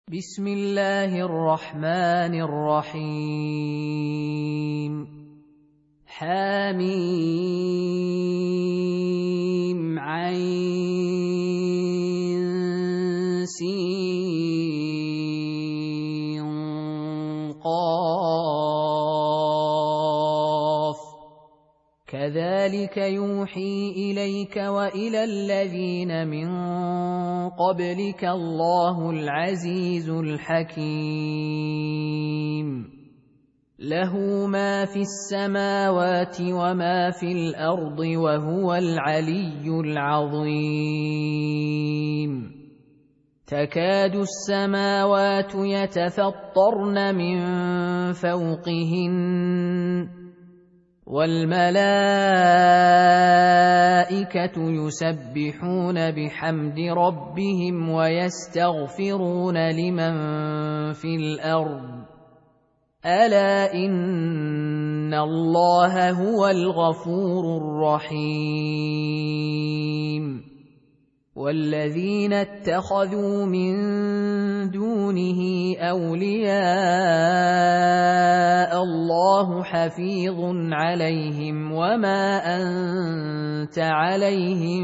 بسم الله الرحمن الرحيم حميم عين سين قاف كذلك يوحي إليك وإلى الذين من قبلك الله العزيز الحكيم له ما في السماوات وما في الأرض وهو العلي العظيم تكاد السماوات يتفطرن من فوقهن والملائكة يسبحون بحمد ربهم ويستغفرون لمن في الأرض ألا إن الله هو الغفور الرحيم والذين اتخذوا من دونه أولياء الله حفيظ عليهم وما أنت عليهم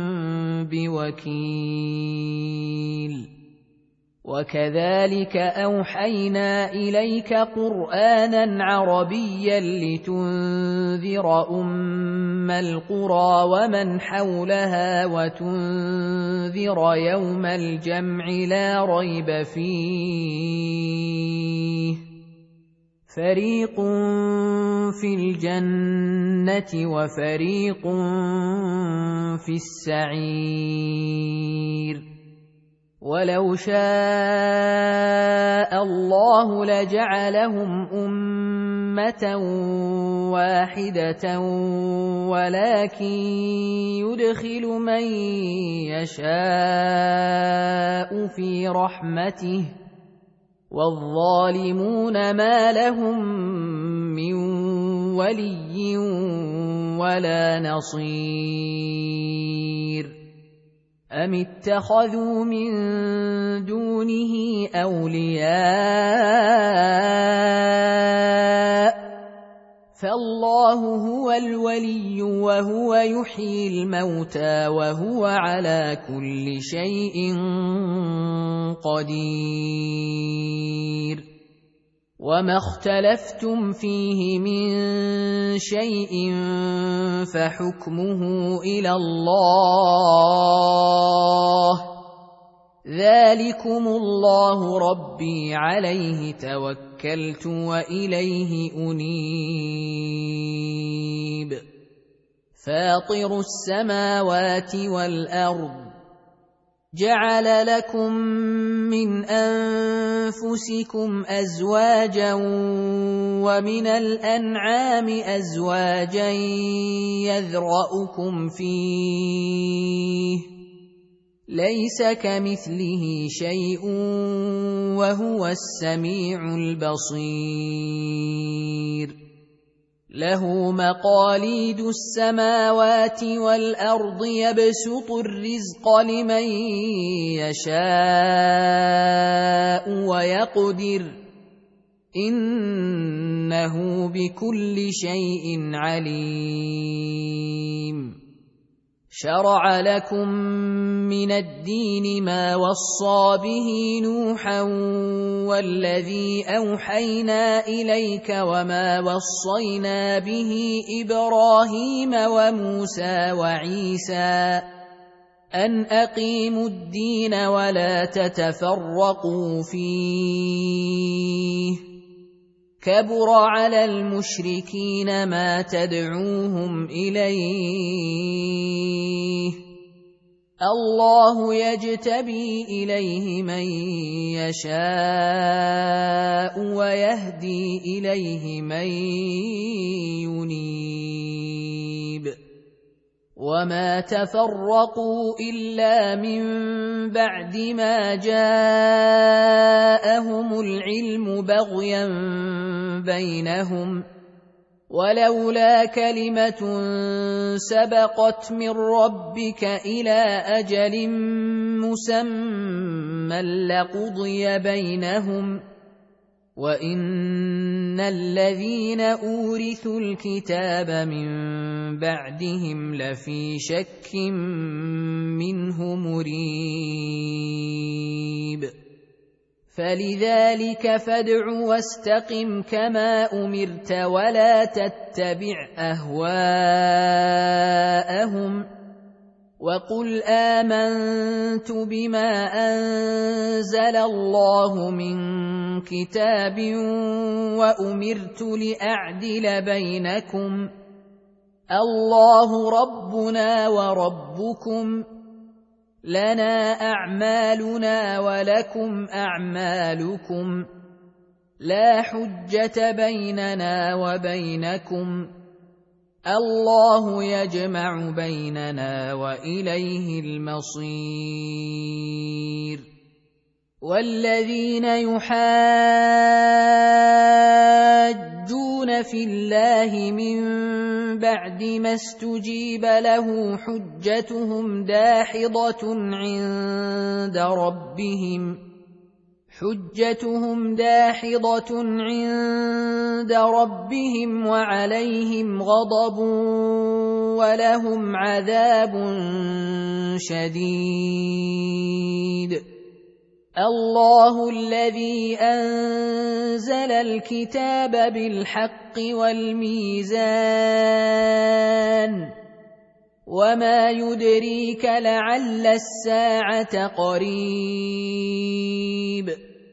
بوكيل وكذلك أوحينا إليك قرآنا عربيا لتنذر أم القرى ومن حولها وتنذر يوم الجمع لا ريب فيه فريق في الجنة وفريق في السعير ولو شاء الله لجعلهم أمة واحدة ولكن يدخل من يشاء في رحمته والظالمون ما لهم من ولي ولا نصير أم اتخذوا من دونه أولياء فالله هو الولي وهو يحيي الموتى وهو على كل شيء قدير وما اختلفتم فيه من شيء فحكمه إلى الله ذلكم الله ربي عليه توكلت وإليه أنيب فاطر السماوات والأرض جعل لكم من أنفسكم أزواجا ومن الأنعام أزواجا يذرأكم فيه ليس كمثله شيء وهو السميع البصير له مقاليد السماوات والأرض يبسط الرزق لمن يشاء ويقدر إنه بكل شيء عليم شرع لكم من الدين ما وصى به نوحا والذي أوحينا إليك وما وصينا به إبراهيم وموسى وعيسى أن أقيموا الدين ولا تتفرقوا فيه كبر على المشركين ما تدعوهم إليه الله يجتبي إليه من يشاء ويهدي إليه من ينيب وما تفرقوا إلا من بعد ما جاءهم العلم بغيا بينهم ولولا كلمة سبقت من ربك إلى أجل مسمى لقضي بينهم وإن الذين أورثوا الكتاب من بعدهم لفي شك منه مريب فلذلك فادع واستقم كما أمرت ولا تتبع أهواءهم وقل آمنت بما أنزل الله من كتاب وأمرت لأعدل بينكم الله ربنا وربكم لنا أعمالنا ولكم أعمالكم لا حجة بيننا وبينكم الله يجمع بيننا وإليه المصير والذين يحاجون في الله من بعد ما استجيب له حجتهم داحضة عند ربهم وعليهم غضب ولهم عذاب شديد الله الذي أنزل الكتاب بالحق والميزان وما يدريك لعل الساعة قريب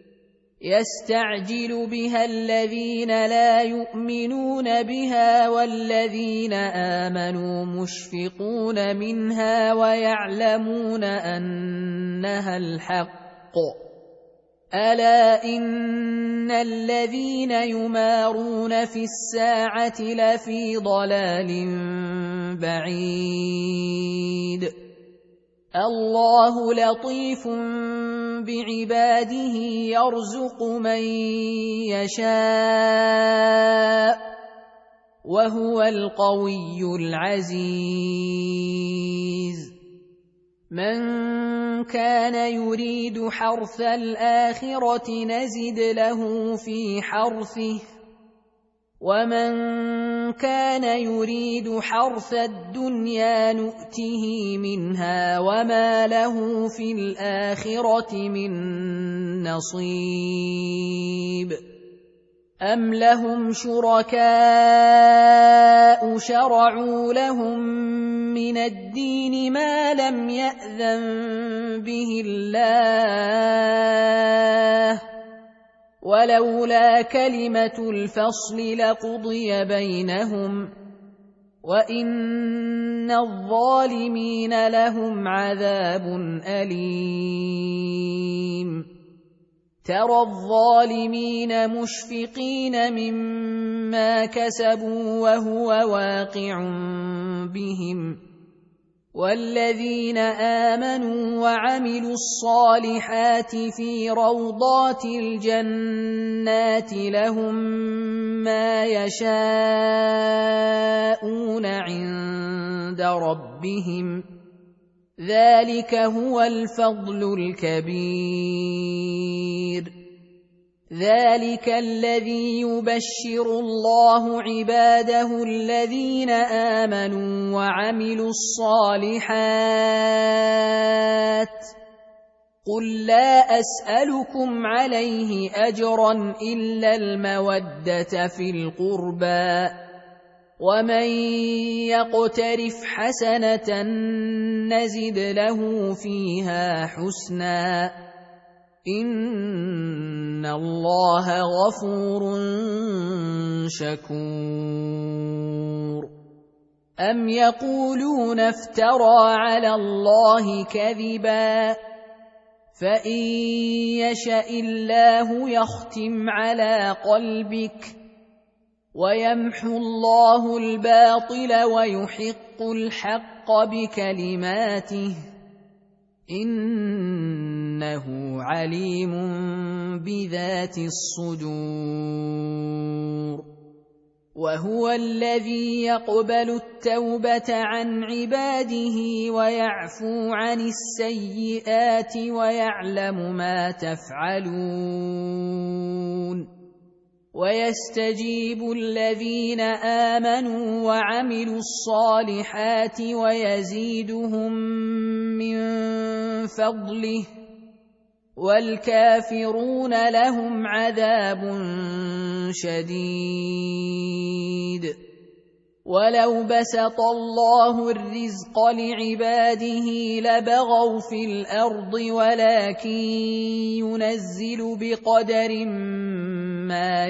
يستعجل بها الذين لا يؤمنون بها والذين آمنوا مشفقون منها ويعلمون أنها الحق ألا إن الذين يمارون في الساعة لفي ضلال بعيد الله لطيف بعباده يرزق من يشاء وهو القوي العزيز من كان يريد حرث الآخرة نزد له في حرثه ومن كان يريد حرث الدنيا نؤته منها وما له في الآخرة من نصيب أم لهم شركاء شرعوا لهم من الدين ما لم يأذن به الله ولولا كلمة الفصل لقضي بينهم وإن الظالمين لهم عذاب أليم ترى الظالمين مشفقين مما كسبوا وهو واقع بهم والذين آمنوا وعملوا الصالحات في روضات الجنات لهم ما يشاءون عند ربهم ذلك هو الفضل الكبير ذلك الذي يبشر الله عباده الذين آمنوا وعملوا الصالحات قل لا أسألكم عليه أجرا إلا المودة في القربى ومن يقترف حسنة نزد له فيها حسنا إن الله غفور شكور أم يقولون افترى على الله كذبا فإن يشأ الله يختم على قلبك ويمحو الله الباطل ويحق الحق بكلماته إنه عليم بذات الصدور وهو الذي يقبل التوبة عن عباده ويعفو عن السيئات ويعلم ما تفعلون ويستجيب الذين آمنوا وعملوا الصالحات ويزيدهم من فضله والكافرون لهم عذاب شديد ولو بسط الله الرزق لعباده لبغوا في الأرض ولكن ينزل بقدر ما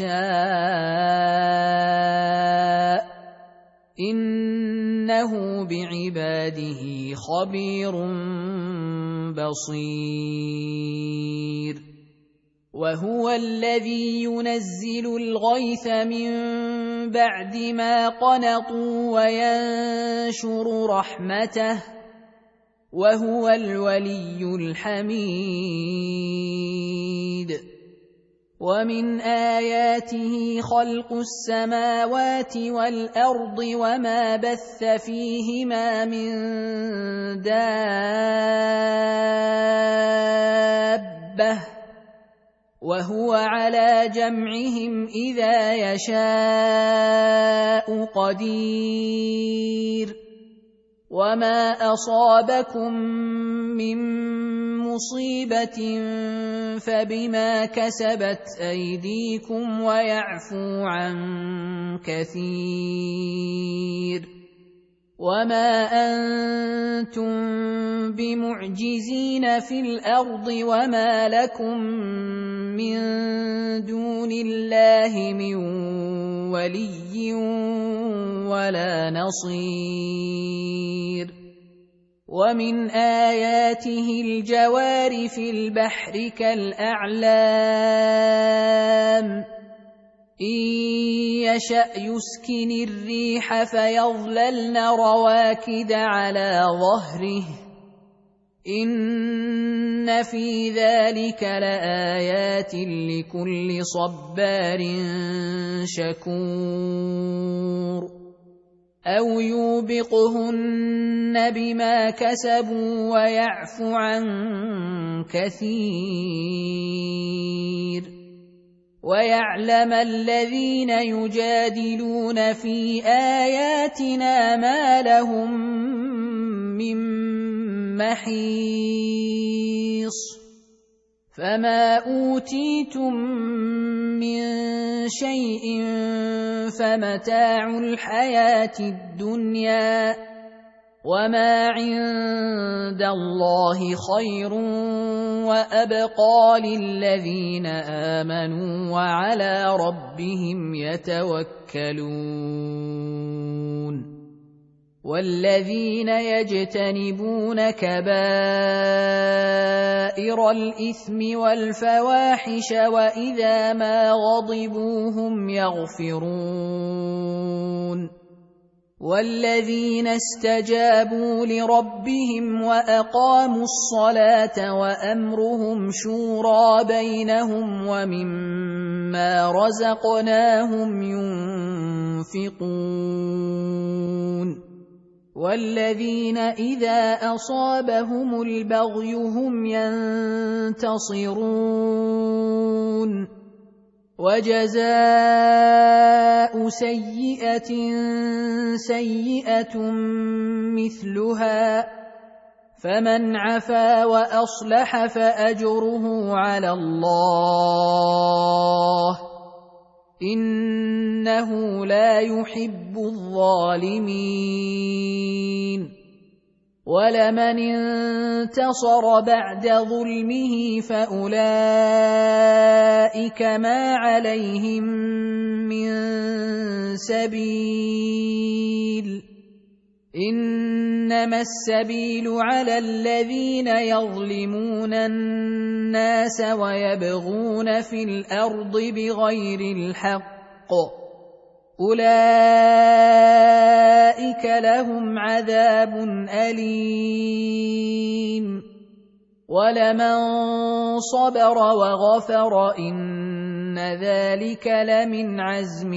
يشاء إنه بعباده خبير بصير وهو الذي ينزل الغيث من بعد ما قنطوا وينشر رحمته وهو الولي الحميد ومن آياته خلق السماوات والأرض وما بث فيهما من دابة وهو على جمعهم إذا يشاء قدير وما أصابكم من مصيبة فبما كسبت أيديكم ويعفو عن كثير وما أنتم بمعجزين في الأرض وما لكم من دون الله من ولي ولا نصير ومن آياته الجوار في البحر كالأعلام إن يشأ يسكن الريح فيظللن رواكد على ظهره إن في ذلك لآيات لكل صبار شكور أو يوبقهن بما كسبوا ويعفو عن كثير ويعلم الذين يجادلون في آياتنا ما لهم من محيص فما أوتيتم من شيء فمتاع الحياة الدنيا وما عند الله خير وأبقى للذين آمنوا وعلى ربهم يتوكلون والذين يجتنبون كبائر الإثم والفواحش وإذا ما غضبوا هم يغفرون والذين استجابوا لربهم وأقاموا الصلاة وأمرهم شورى بينهم ومما رزقناهم ينفقون والذين إذا أصابهم البغي هم ينتصرون وجزاء سيئة سيئة مثلها فمن عفا وأصلح فأجره على الله إنه لا يحب الظالمين ولمن انتصر بعد ظلمه فأولئك ما عليهم من سبيل إنما السبيل على الذين يظلمون الناس ويبغون في الأرض بغير الحق أولئك لهم عذاب أليم وَلَمَن صَبَرَ وَغَفَرَ إِنَّ ذَلِكَ لَمِنْ عَزْمِ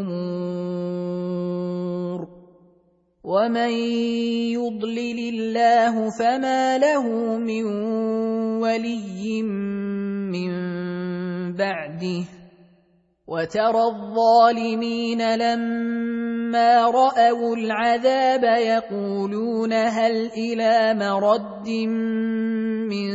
الْأُمُورِ وَمَن يُضْلِلِ اللَّهُ فَمَا لَهُ مِن وَلِيٍّ مِّن بَعْدِهِ وَتَرَى الظَّالِمِينَ لَمَّا رَأَوُا الْعَذَابَ يَقُولُونَ هَلْ إِلَىٰ مَرَدٍّ مِّن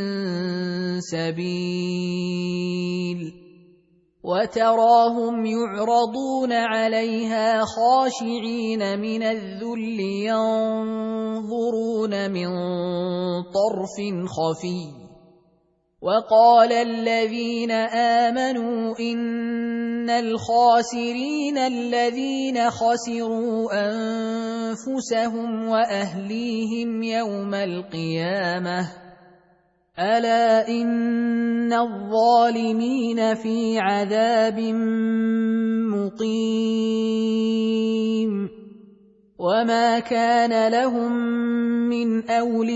سَبِيلٍ وَتَرَاهُمْ يُعْرَضُونَ عَلَيْهَا خَاشِعِينَ مِنَ الذُّلِّ يَنظُرُونَ مِن طَرْفٍ خَفِيٍّ وَقَالَ الَّذِينَ آمَنُوا إِنَّ الْخَاسِرِينَ الَّذِينَ خَسِرُوا أَنفُسَهُمْ وَأَهْلِيهِمْ يَوْمَ الْقِيَامَةِ أَلَا إِنَّ الظَّالِمِينَ فِي عَذَابٍ مُّقِيمٍ وَمَا كَانَ لَهُم مِّنْ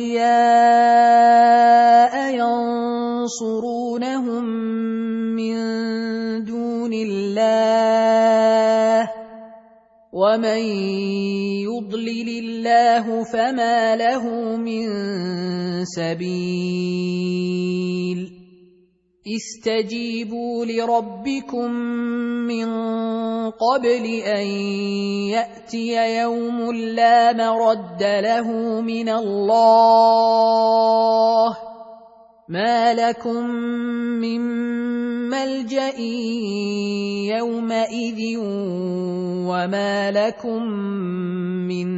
أَوْلِيَاءَ يَنصُرُونَهُم مِّن دُونِ اللَّهِ وَمَن يُضْلِلِ اللَّهُ فَمَا لَهُ مِن سَبِيلٍ اسْتَجِيبُوا لِرَبِّكُم مِّن قَبْلِ أَن يَأْتِيَ يَوْمٌ لَّا مَرَدَّ لَهُ مِنَ اللَّهِ مَا لَكُم مِّن مَّلْجَإٍ يَوْمَئِذٍ وَمَا لَكُم مِّن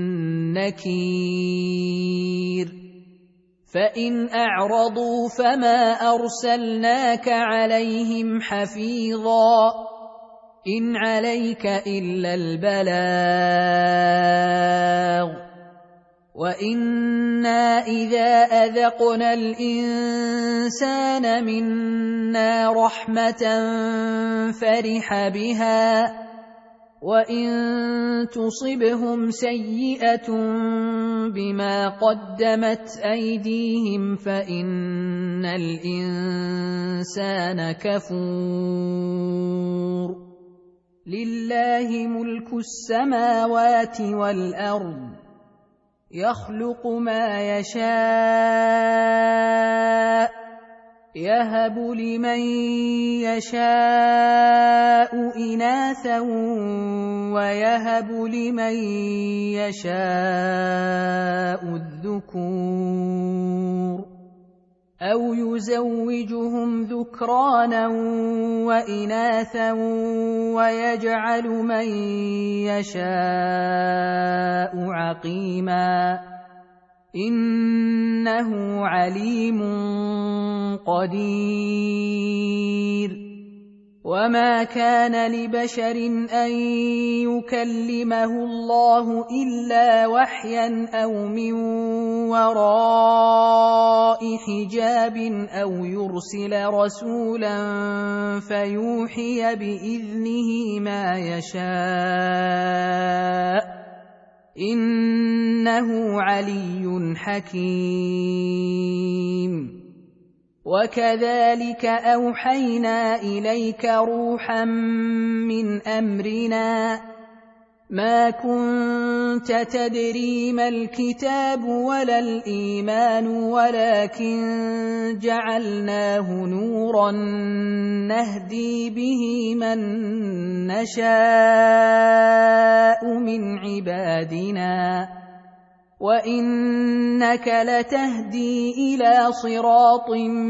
نَّكِيرٍ فَإِنْ أَعْرَضُوا فَمَا أَرْسَلْنَاكَ عَلَيْهِمْ حَفِيظًا إِنْ عَلَيْكَ إِلَّا الْبَلَاغُ وَإِنَّا إِذَا أَذَقْنَا الْإِنسَانَ مِنَّا رَحْمَةً فَرِحَ بِهَا وَإِن تُصِبْهُمْ سَيِّئَةٌ بِمَا قَدَّمَتْ أَيْدِيهِمْ فَإِنَّ الْإِنسَانَ كَفُورٌ لِلَّهِ مُلْكُ السَّمَاوَاتِ وَالْأَرْضِ يَخْلُقُ مَا يَشَاءُ يَهَبُ لِمَن يَشَاءُ إِنَاثًا وَيَهَبُ لِمَن يَشَاءُ الذُّكُورَ أَوْ يُزَوِّجُهُمْ ذُكْرَانًا وَإِنَاثًا وَيَجْعَلُ مَن يَشَاءُ عَقِيمًا إِنَّهُ عَلِيمٌ قَدِيرٌ وَمَا كَانَ لِبَشَرٍ أَن يُكَلِّمَهُ اللَّهُ إِلَّا وَحْيًا أَوْ مِن وَرَاءِ حِجَابٍ أَوْ يُرْسِلَ رَسُولًا فَيُوحِيَ بِإِذْنِهِ مَا يَشَاءُ إِنَّهُ عَلِيٌّ حَكِيمٌ وَكَذَلِكَ أَوْحَيْنَا إِلَيْكَ رُوحًا مِّنْ أَمْرِنَا مَا كُنتَ تَدْرِي مَا الْكِتَابُ وَلَا الْإِيمَانُ وَلَكِن جَعَلْنَاهُ نُورًا نَّهْدِي بِهِ مَن نَّشَاءُ مِنْ عِبَادِنَا وَإِنَّكَ لَتَهْدِي إِلَىٰ صِرَاطٍ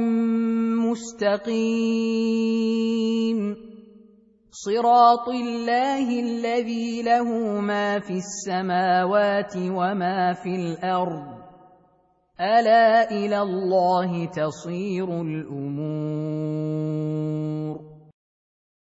مُّسْتَقِيمٍ صِرَاطِ اللَّهِ الَّذِي لَهُ مَا فِي السَّمَاوَاتِ وَمَا فِي الْأَرْضِ أَلَا إِلَى اللَّهِ تَصِيرُ الْأُمُورُ